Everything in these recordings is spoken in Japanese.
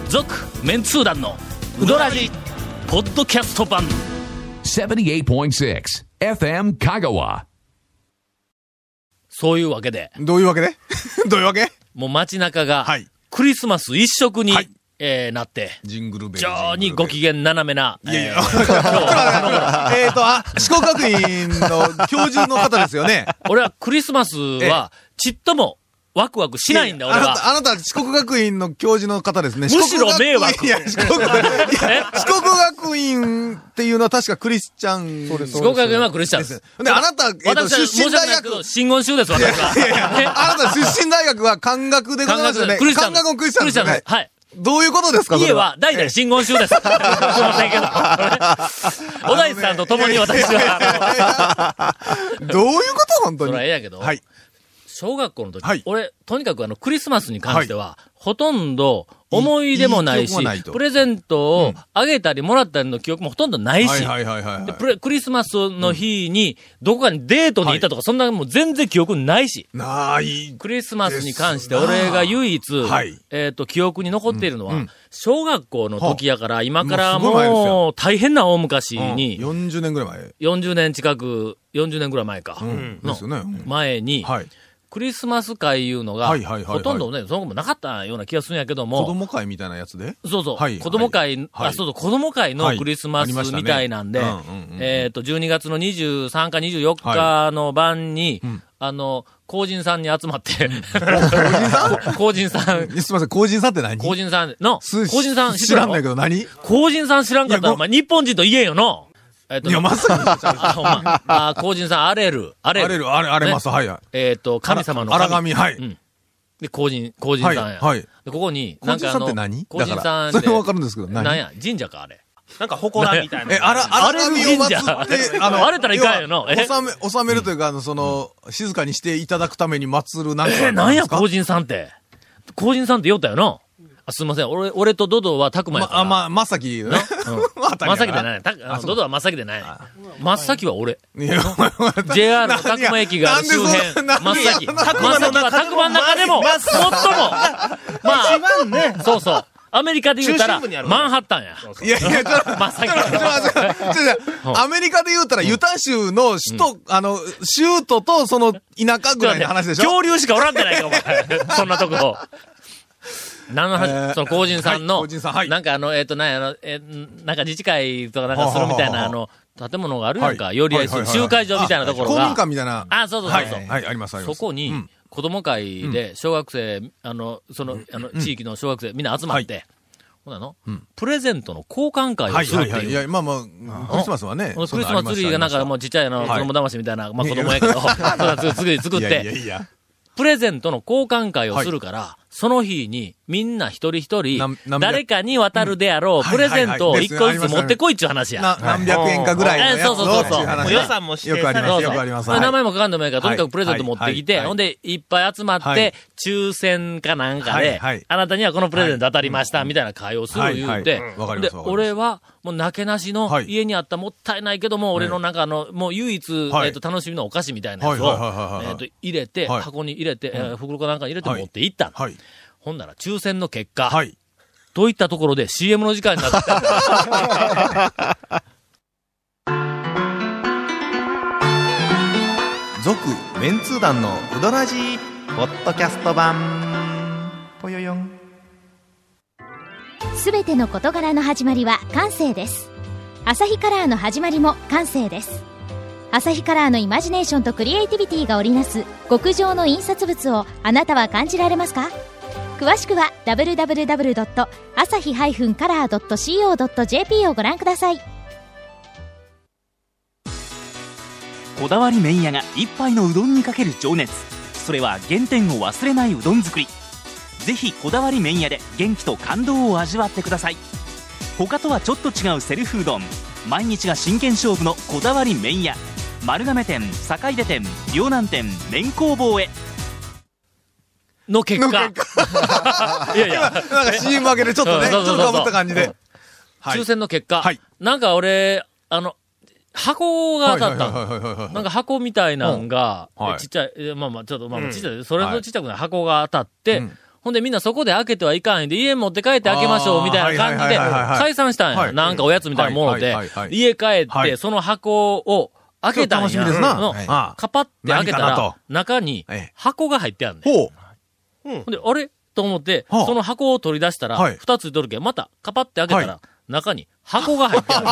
続メンツー団のウドラジポッドキャスト版 78.6 FM 香川。 そういうわけでどういうわけでどういうわけもう街中がはいクリスマス一色に、 はいなってジングルベル。 非常にご機嫌斜めな、 いやいや、 今日四国学院の教授の方ですよね。 俺はクリスマスはちっともワクワクしないんだ、俺は。 あなた四国学院の教授の方ですね。 むしろ迷惑。 いや、四国学院っていうのは確かクリスチャン。 四国学院はクリスチャンです。 で、あなた、 私は出身大学。 真言宗です、私は。 あなた出身大学は漢学でございますよね。漢学もクリスチャンですよね。 はい。 どういうことですか？ 家は代々真言宗です。すいませんけど。小田井さんと共に私は。 どういうこと本当に。 それはええやけど。 はい。 小学校の時、 はい、 俺、とにかくクリスマスに関しては、ほとんど思い出もないし、プレゼントをあげたりもらったりの記憶もほとんどないし、クリスマスの日に、どこかにデートに行ったとか、そんなもう全然記憶ないし、クリスマスに関して俺が唯一、記憶に残っているのは、小学校の時やから、今からもう大変な大昔に、 40年ぐらい前。 40年近く、40年ぐらい前か。前に、クリスマス会いうのが、ほとんどね、その後もなかったような気がするんやけども。 子供会みたいなやつでそうそう。子供会、子供会のクリスマスみたいなんで、12月の23か24日の晩に、工人さんに集まって、工人さんすみません、工人さんって何？ 工人さんの、工人さん知らんねんけど何？ 工人さん知らんかったら、お前日本人と言えんよの。 いや、まさか。工人さん、あれます、 はい。 神様の神。荒神、はい。 で、工人さんや。 はい。 で、ここに、 工人さんって何？ 工人さんそれはわかるんですけど、 何や、神社か、あれ。 なんか、祠みたいな。 あれ神社。あれたらいかんよの。 収めるというか、静かにしていただくために祀るなんか。 何や、工人さんって。工人さんって言おったよな。すみません。俺とドドはタクマやから。 まさきね。 まさきでない。ドドはまさきでない。まさきは俺。JR のタクマ駅がある周辺。まさき。タクマはタクマの中でも、最も、まあ、そうそう。アメリカで言うたら、マンハッタンや。 いや、 まさき。 アメリカで言うたら、ユタ州の首都、州都とその田舎ぐらいの話でしょ？ 恐竜しかおらんじゃないか、お前。そんなとこ。何の話、その工人さんの、なんかなんか自治会とかなんかするみたいな建物があるやんか、より集会場みたいなところが。 公民館みたいな。 あ、そう。 はい、あります。 そこに、子供会で小学生、地域の小学生みんな集まって、ほなの、プレゼントの交換会をするっていう。 いや、まあ、クリスマスはね。 クリスマスツリーがなんかもうちっちゃい子供騙しみたいな、まあ子供やけど、作って、プレゼントの交換会をするから、その日にみんな一人一人、誰かに渡るであろう、プレゼントを一個ずつ持ってこいっちゅう話や。 何百円かぐらいのやつを。 そう。 予算も指定されて。 よくあります。 名前も書かんでもいいから、とにかくプレゼント持ってきて、ほんで、いっぱい集まって、抽選かなんかで、あなたにはこのプレゼント当たりました、みたいな会をする言うて、で、俺は、もうなけなしの家にあったもったいないけども、俺の中の、もう唯一、楽しみのお菓子みたいなやつを、入れて、箱に入れて、袋かなんかに入れて持って行ったの。ほんなら抽選の結果、といったところで CM の時間になって続メンツー団のうどらじポッドキャスト版ぽよよん。 すべての事柄の始まりは感性です。アサヒカラーの始まりも感性です。アサヒカラーのイマジネーションとクリエイティビティが織りなす極上の印刷物をあなたは感じられますか？詳しくは www.asahi-color.co.jp をご覧ください。 こだわり麺屋が一杯のうどんにかける情熱、それは原点を忘れないうどん作り。ぜひこだわり麺屋で元気と感動を味わってください。他とはちょっと違うセルフうどん、毎日が真剣勝負のこだわり麺屋、丸亀店、坂出店、両南店、麺工房への結果。いやいや。 なんか CM 明けでちょっとね、ちょっとかぶった感じで。 抽選の結果。なんか俺、箱が当たった。なんか箱みたいなんが、ちっちゃい、ちょっとちっちゃい、それとちっちゃくない箱が当たって、 ほんでみんなそこで開けてはいかんで、家持って帰って開けましょうみたいな感じで解散したんや。なんかおやつみたいなもので、家帰ってその箱を開けたんや。カパって開けたら、中に箱が入ってあるね。ほんで、あれと思って、その箱を取り出したら、二つ取るけど、またカパって開けたら、中に箱が入ってある。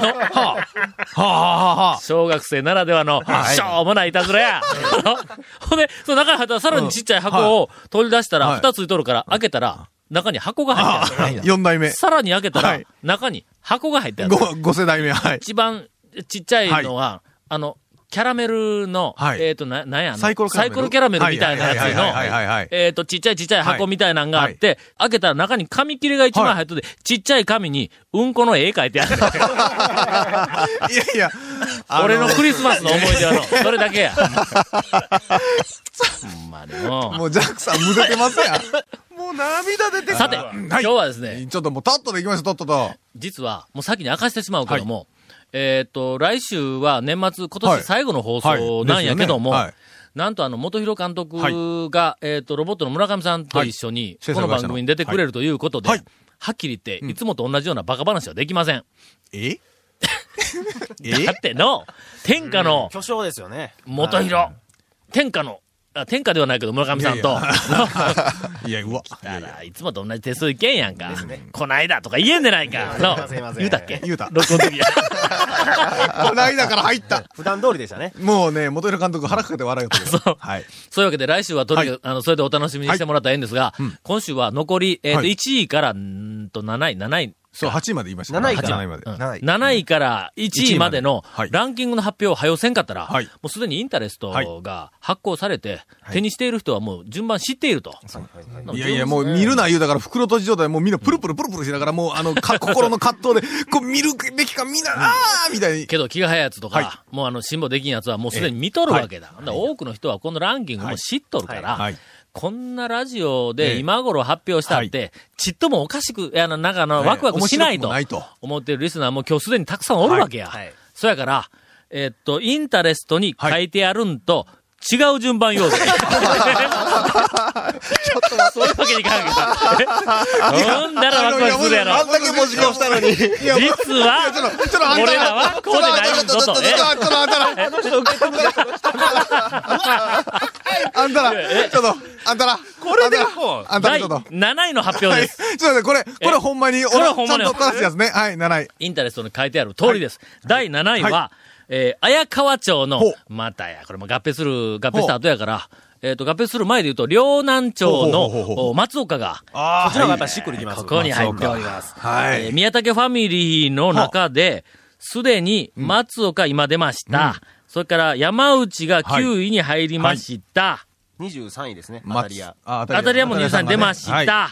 小学生ならではの、しょうもないいたずらや。ほんで、その中に入ったらさらにちっちゃい箱を取り出したら、二つ取るから、開けたら、中に箱が入ってある。 4代目。 さらに開けたら、中に箱が入ってある。 5世代目、はい。 一番ちっちゃいのは、キャラメルの、なんやサイコロキャラメルみたいなやつの、ちっちゃい箱みたいなのがあって、開けたら中に紙切れが一枚入ってて、ちっちゃい紙にうんこの絵描いてある。 いやいや、 俺のクリスマスの思い出はの、それだけや。ほんまにもう。 もうジャックさんむせてますやん。もう涙出てさて、今日はですね。 ちょっともうとっとと行きましょう、とっとと。 実は、もう先に明かしてしまうけども、来週は年末、今年最後の放送なんやけども、なんと元広監督が、ロボットの村上さんと一緒に、この番組に出てくれるということで、はっきり言って、いつもと同じようなバカ話はできません。だっての、天下の、 巨匠ですよね。 元広、天下ではないけど、村上さんと。 いや、うわ。 いつもと同じ手数いけんやんか。こないだとか言えんでないか。言うたっけ言うた。 録音の時や。 こないだから入った。 普段通りでしたね。 もうね、元広監督腹かけて笑うよ。 そう。はい。そういうわけで来週はとにかく、それでお楽しみにしてもらったらええんですが、今週は残り、1位から7位。 そう、8位まで言いました。 7 位から1位までのランキングの発表を早せんかったら、もうすでにインタレストが発行されて、手にしている人はもう順番知っていると。 いやいや、もう見るな言うだから袋閉じ状態もうみんなプルプルしながらもう心の葛藤で、こう見るべきかみんな、みたいに。 けど気が早いやつとか、もう辛抱できんやつはもうすでに見とるわけだ。多くの人はこのランキングも知っとるから、こんなラジオで今頃発表したって、ちっともおかしく、ワクワクしないと思ってるリスナーも今日すでにたくさんおるわけや。そやから、インタレストに書いてあるんと、違う順番用意。ちょっとそういうわけにいかんけど。なんだらワクワクするやろ。 あんだけ文字化したのに。実は、俺らはこうでないぞと。 あんたら、これで第7位の発表です。 ちょっと待って、これほんまに、俺ちゃんと正しいやつね。はい、7位。 インタレストに書いてある通りです。第7位は、綾川町の、またや、これも合併した後やから、合併する前で言うと、両南町の松岡が、 こちらがやっぱしっくりきます。 ここに入っております。宮武ファミリーの中で、すでに松岡今出ました。それから山内が9位に入りました。 23位ですね、 当たり屋も23位出ました。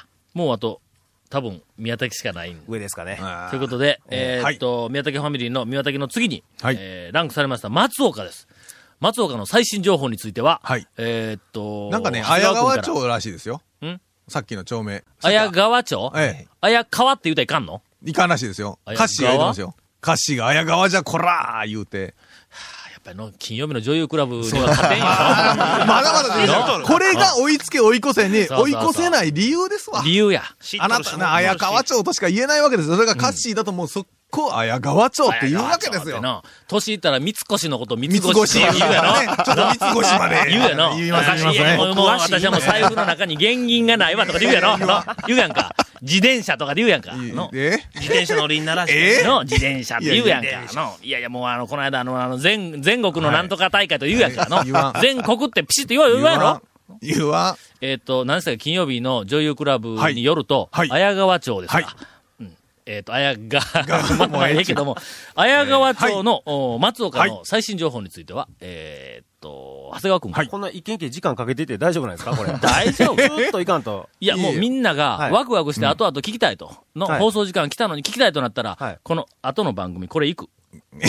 もうあと、多分、宮武しかない。 上ですかね。 ということで、宮武ファミリーの宮武の次に、ランクされました松岡です。松岡の最新情報については、 なんかね、綾川町らしいですよ。さっきの町名。 綾川町綾川って言うたらいかんのいかんらしいですよ。歌詞が言ってますよ。歌詞が綾川じゃこらー言うて。 やっぱり金曜日の女優クラブでは勝てんよ。 まだまだでしょ。これが追いつけ追い越せに、追い越せない理由ですわ。 理由や。 あなたね、綾川町としか言えないわけですよ。それが歌詞だともう速攻綾川町って言うわけですよ。 年いったら三越のこと三越って言うやろ。 ちょっと三越まで。 言うやろ。 言いますね。 もう私はもう財布の中に現金がないわとか言うやろ。言うやんか。自転車とかで言うやんか。 自転車乗りにならして。 自転車って言うやんか。いやいや、もうこの間全国のなんとか大会と言うやんか。全国ってピシッと言うやろ。 言うわ。 何ですか、金曜日の女優クラブによると、綾川町ですか。綾川、まあええけども、綾川町の松岡の最新情報については、長谷川くん。 こんな一件一件時間かけてて大丈夫なんですかこれ。 大丈夫。 ずっといかんと。 いや、もうみんながワクワクして後々聞きたいと。の放送時間来たのに聞きたいとなったら、この後の番組、これ行く。 今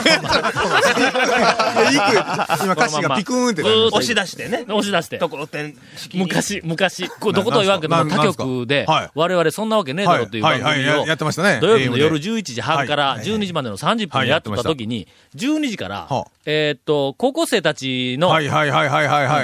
歌詞がピクーンって押し出してね。 押し出して。 ところてん昔、これどことは言わんけども、他局で、我々そんなわけねえだろという番組を、 やってましたね。 土曜日の夜11時半から12時までの30分やってた時に、12時から、高校生たちの、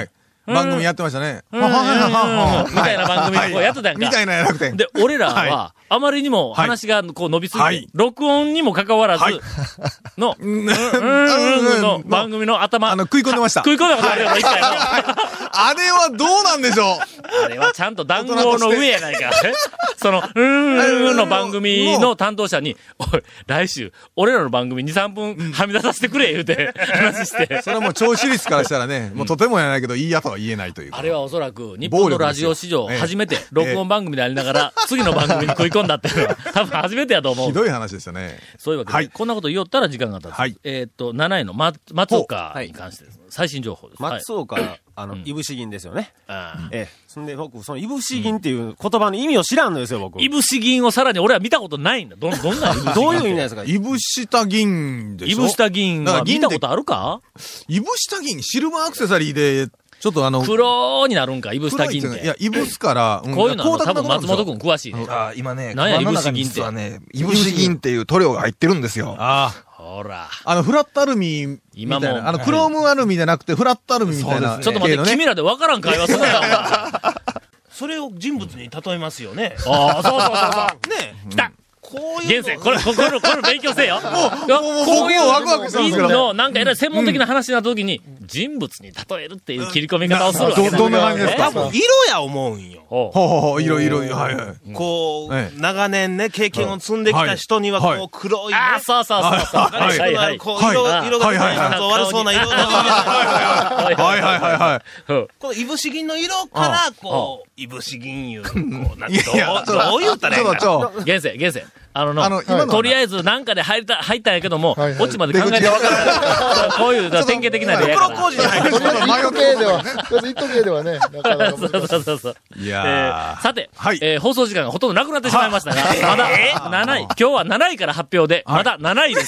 番組やってましたね。 みたいな番組をこうやってたやんか。 みたいなやなくて。 で、俺らは、あまりにも話がこう伸びすぎて、録音にも関わらず、の番組の頭。 食い込んでました。 食い込んでましたよ、一回の。 あれはどうなんでしょう。 あれはちゃんと談合の上やないか。その、の番組の担当者に、おい、来週、俺らの番組2、3分はみ出させてくれ、言うて、話して。 それはもう聴取率からしたらね、もうとてもやないけど、いいやとは言えないという。 あれはおそらく、日本のラジオ史上初めて、録音番組でありながら、次の番組に食い込んだっていうのは、多分初めてやと思う。 ひどい話ですよね。 そういうわけで、こんなこと言おったら時間が経つ。7位の松岡に関してです。最新情報です。 松岡、いぶし銀ですよね。そんで僕、そのいぶし銀っていう言葉の意味を知らんのですよ、僕。 いぶし銀をさらに俺は見たことないんだ。どんなどういう意味なんですか？ いぶした銀でしょ？ いぶした銀は見たことあるか？ いぶした銀、シルバーアクセサリーで、ちょっと黒になるんか、いぶした銀って。 いや、いぶすから、 こういうのは多分松本くん詳しいね。 今ね、 何や、いぶし銀って。 実はね、いぶし銀っていう塗料が入ってるんですよ。 ほら。 フラットアルミみたいな。クロームアルミじゃなくて、フラットアルミみたいな。 ちょっと待って、君らで分からん会話するなよ。 それを人物に例えますよね。 そう。ねえ。来た。現世、これ勉強せよ。 こういうワクワクしてますけど。 の、なんかえらい専門的な話になった時に、人物に例えるっていう切り込み方をするわけだ。 どんな感じですか？ 多分、色や思うんよ。 色、はい。 こう、長年ね、経験を積んできた人には、こう、黒いね。 そう。 こう、色が悪そうな色が。 はい。 このいぶし銀の色から、こう、いぶし銀いう、こう、なんて、どう言ったらいいんだ。 現世。とりあえずなんかで入ったんやけども、オチまで考えてわからない。こういう典型的な例やから。 黒工事に入る。 一時計ではね、なかなか難しい。 そう。さて、放送時間がほとんどなくなってしまいましたが、まだ7位。今日は7位から発表で、まだ7位です。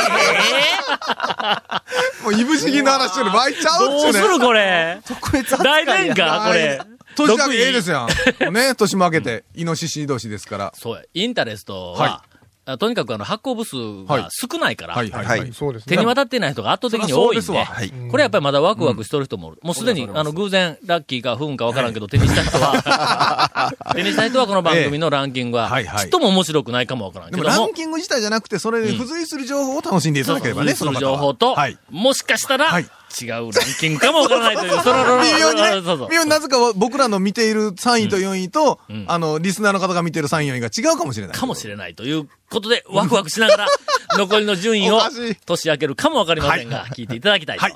もういぶし銀の話より湧いちゃうっちゅうね。 どうするこれ。来年かこれ。 年明けですやん。ね、年も明けて、イノシシ年ですから。 そうや。インタレストは、とにかく発行部数が少ないから、手に渡っていない人が圧倒的に多いんで、これやっぱりまだワクワクしとる人もおる。もうすでに、偶然、ラッキーか不運かわからんけど、手にした人はこの番組のランキングは、ちっとも面白くないかもわからんけども。 でもランキング自体じゃなくて、それに付随する情報を楽しんでいただければね、 その情報と、もしかしたら、違うランキングかもわからないという、 微妙にね、なぜか僕らの見ている3位と4位と、リスナーの方が見ている3位、4位が違うかもしれない。 かもしれないということで、ワクワクしながら、残りの順位を年明けるかもわかりませんが、聞いていただきたいと。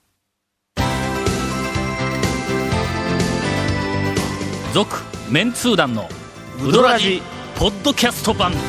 続、メンツー団のウドラジポッドキャスト版。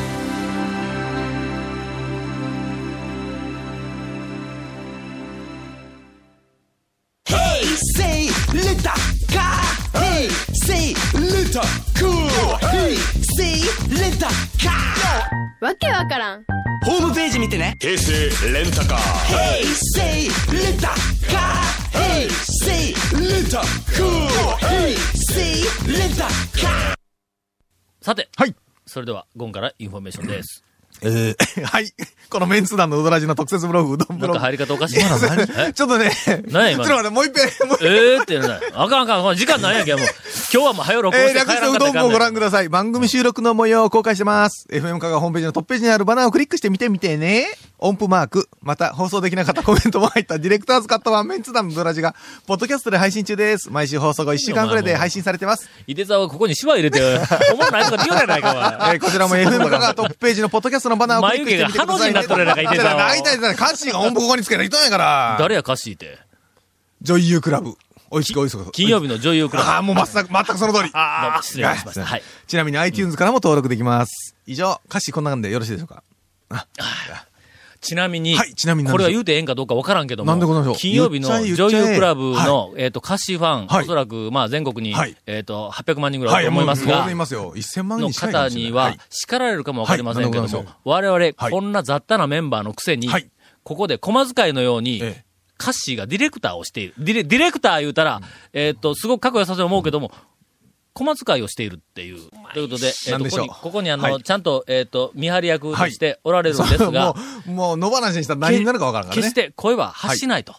Say let car. Hey, say let cool. Hey, say let car. わけわからん。 ホームページ見てね。平成レンタカー。Hey, say let car. Hey, say let cool. Hey, say let car. さて、それではゴンからインフォメーションです。 はい。このメンツ団のうどらじの特設ブログ、うどんブログ。 なんか入り方おかしい。ちょっとね。 何や今。 ちょっと待って、もう一遍。 ってない。あかん。時間ないやんけ、もう。今日はもう早録音して略してうどん部をご覧ください。番組収録の模様を公開してます。FM 香川ホームページのトップページにあるバナーをクリックしてみてね。音符マーク。また、放送できなかったコメントも入ったディレクターズカット版メンツ団のうどらじが、ポッドキャストで配信中です。毎週放送後1週間くらいで配信されてます。 井出沢はここにシワ入れて、おもろないとか言うじゃないか、 こちらも FM 香川トップページのポッドキャストのバナーをクリックしてみてください。 ハの字になっとるやないか、井出沢。 大体カッシーが音符ここにつけないとんやから。 誰やカッシーって。 女優クラブ。おいしく。 金曜日の女優クラブ。 もう全くその通り。 失礼しました。はい。 ちなみに iTunes からも登録できます。以上、カッシーこんな感じでよろしいでしょうか。 ちなみに、これは言うてええんかどうかわからんけども、金曜日の女優クラブの、カッシーファン、おそらく、全国に、800万人ぐらいだと思いますが、の方には叱られるかもわかりませんけども、我々、こんな雑多なメンバーのくせに、ここで駒遣いのように、カッシーがディレクターをしている。ディレクター言うたら、すごくかっこよさそうに思うけども、駒遣いをしているっていう。ということで、ここにちゃんと、見張り役としておられるんですが、 もう野放しにしたら何になるかわからんからね。 決して声は発しないと。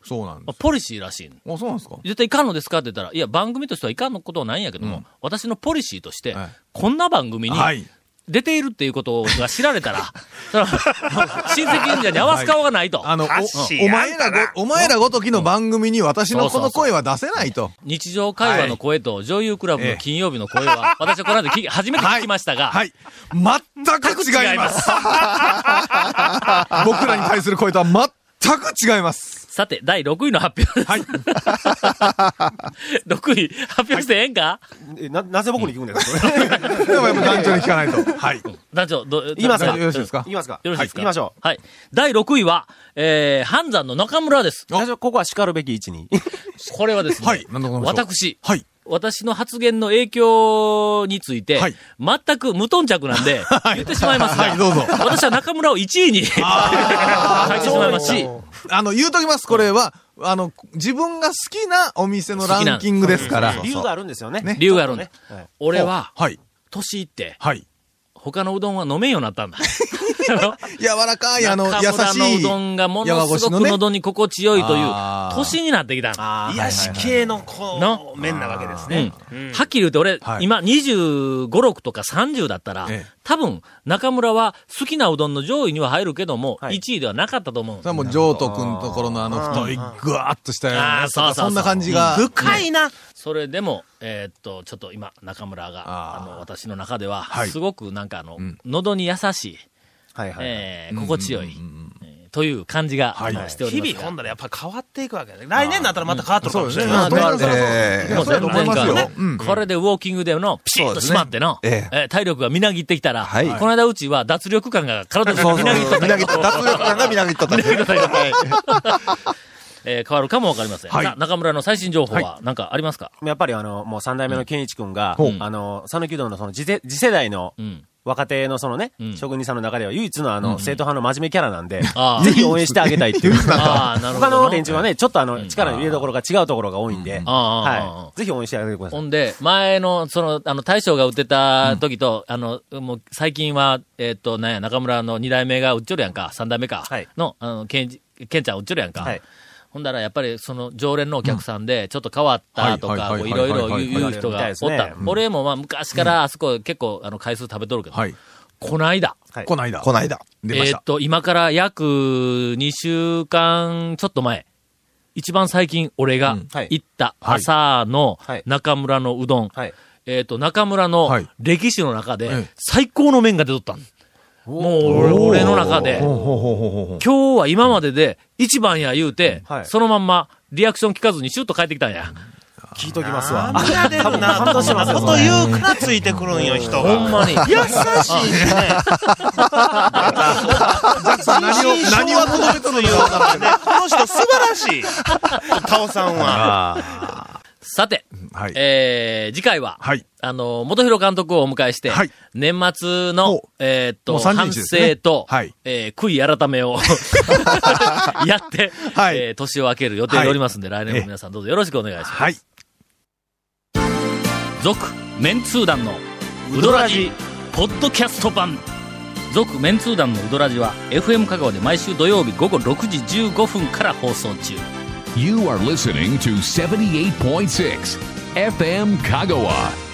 そうなんです。 ポリシーらしい。 あ、そうなんですか。 絶対いかんのですかって言ったら、いや、番組としてはいかんのことはないんやけども、私のポリシーとして、こんな番組に、出ているっていうことが知られたら、その、親戚演者に合わす顔がないと。 お前らごときの番組に私のこの声は出せないと。 日常会話の声と女優クラブの金曜日の声は、私はこの間初めて聞きましたが、 全く違います。僕らに対する声とは全く違います。 さて、第6位の発表です。はい。6位、発表してええんか？ なぜ僕に聞くんですか？ でもやっぱ団長に聞かないと。はい。 団長、 言いますか？ よろしいですか？ 言いますか？ よろしいですか？ 言いましょう。はい。第6位は、半山の中村です。 団長、ここは叱るべき位置に。 これはですね、 はい。 私、 はい。 私の発言の影響について、全く無頓着なんで、言ってしまいますが、 はい、どうぞ。 私は中村を1位に書いてしまいますし、 言うときます、これは、自分が好きなお店のランキングですから。 理由があるんですよね。 理由があるね。俺は、年いって、他のうどんは飲めんようになったんだ。 柔らかい、優しい。 中村のうどんがものすごく喉に心地よいという、年になってきたんだ。 癒し系の麺なわけですね。 はっきり言うと俺、今25、6とか30だったら、多分、中村は好きなうどんの上位には入るけども、1位ではなかったと思う。 それはもう、譲渡くんのところの太い、ぐわーっとしたような、そんな感じが。 深いな。 それでも、ちょっと今、中村が、私の中では、すごくなんか喉に優しい、心地よい、という感じがしております。 日々今度はやっぱ変わっていくわけね。来年になったらまた変わってるかもしれない。 でも全然これでウォーキングでのピシッと締まっての、体力がみなぎってきたら、この間うちは脱力感が体がみなぎっとった。 脱力感がみなぎっとった。 変わるかもわかりません。中村の最新情報は何かありますか？ やっぱりもう三代目の健一君が、讃岐うどんのその次世代の、若手のそのね、職人さんの中では唯一の正統派の真面目キャラなんで、ぜひ応援してあげたいっていう。他の連中はね、ちょっと力の入れどころが違うところが多いんで、ぜひ応援してあげてください。 ほんで、前の、大将が売ってた時と、もう最近は、中村の2代目が売っちょるやんか、3代目か、の、ケンちゃん売っちょるやんか。ほんだらやっぱりその常連のお客さんでちょっと変わったとか、いろいろ言う人がおった。俺もまあ昔からあそこ結構回数食べとるけど、こないだ。出ました。今から約2週間ちょっと前、一番最近俺が行った朝の中村のうどん、中村の歴史の中で最高の麺が出とったん。もう、俺の中で、今日は今までで一番や言うて、そのまんまリアクション聞かずにシュッと帰ってきたんや。 聞いときますわ。 嫌でるな、こと言うからついてくるんよ、人が。 ほんまに。 優しいしね。何を求めとるようなね。この人素晴らしい。タオさんは。 さて、次回は、元弘監督をお迎えして、年末の、反省と、悔い改めをやって、年を明ける予定でおりますんで、来年も皆さんどうぞよろしくお願いします。続、メンツー団のウドラジポッドキャスト版。続メンツー団のウドラジは FM 香川で毎週土曜日午後6時15分から放送中。 You are listening to 78.6 FM Kagawa.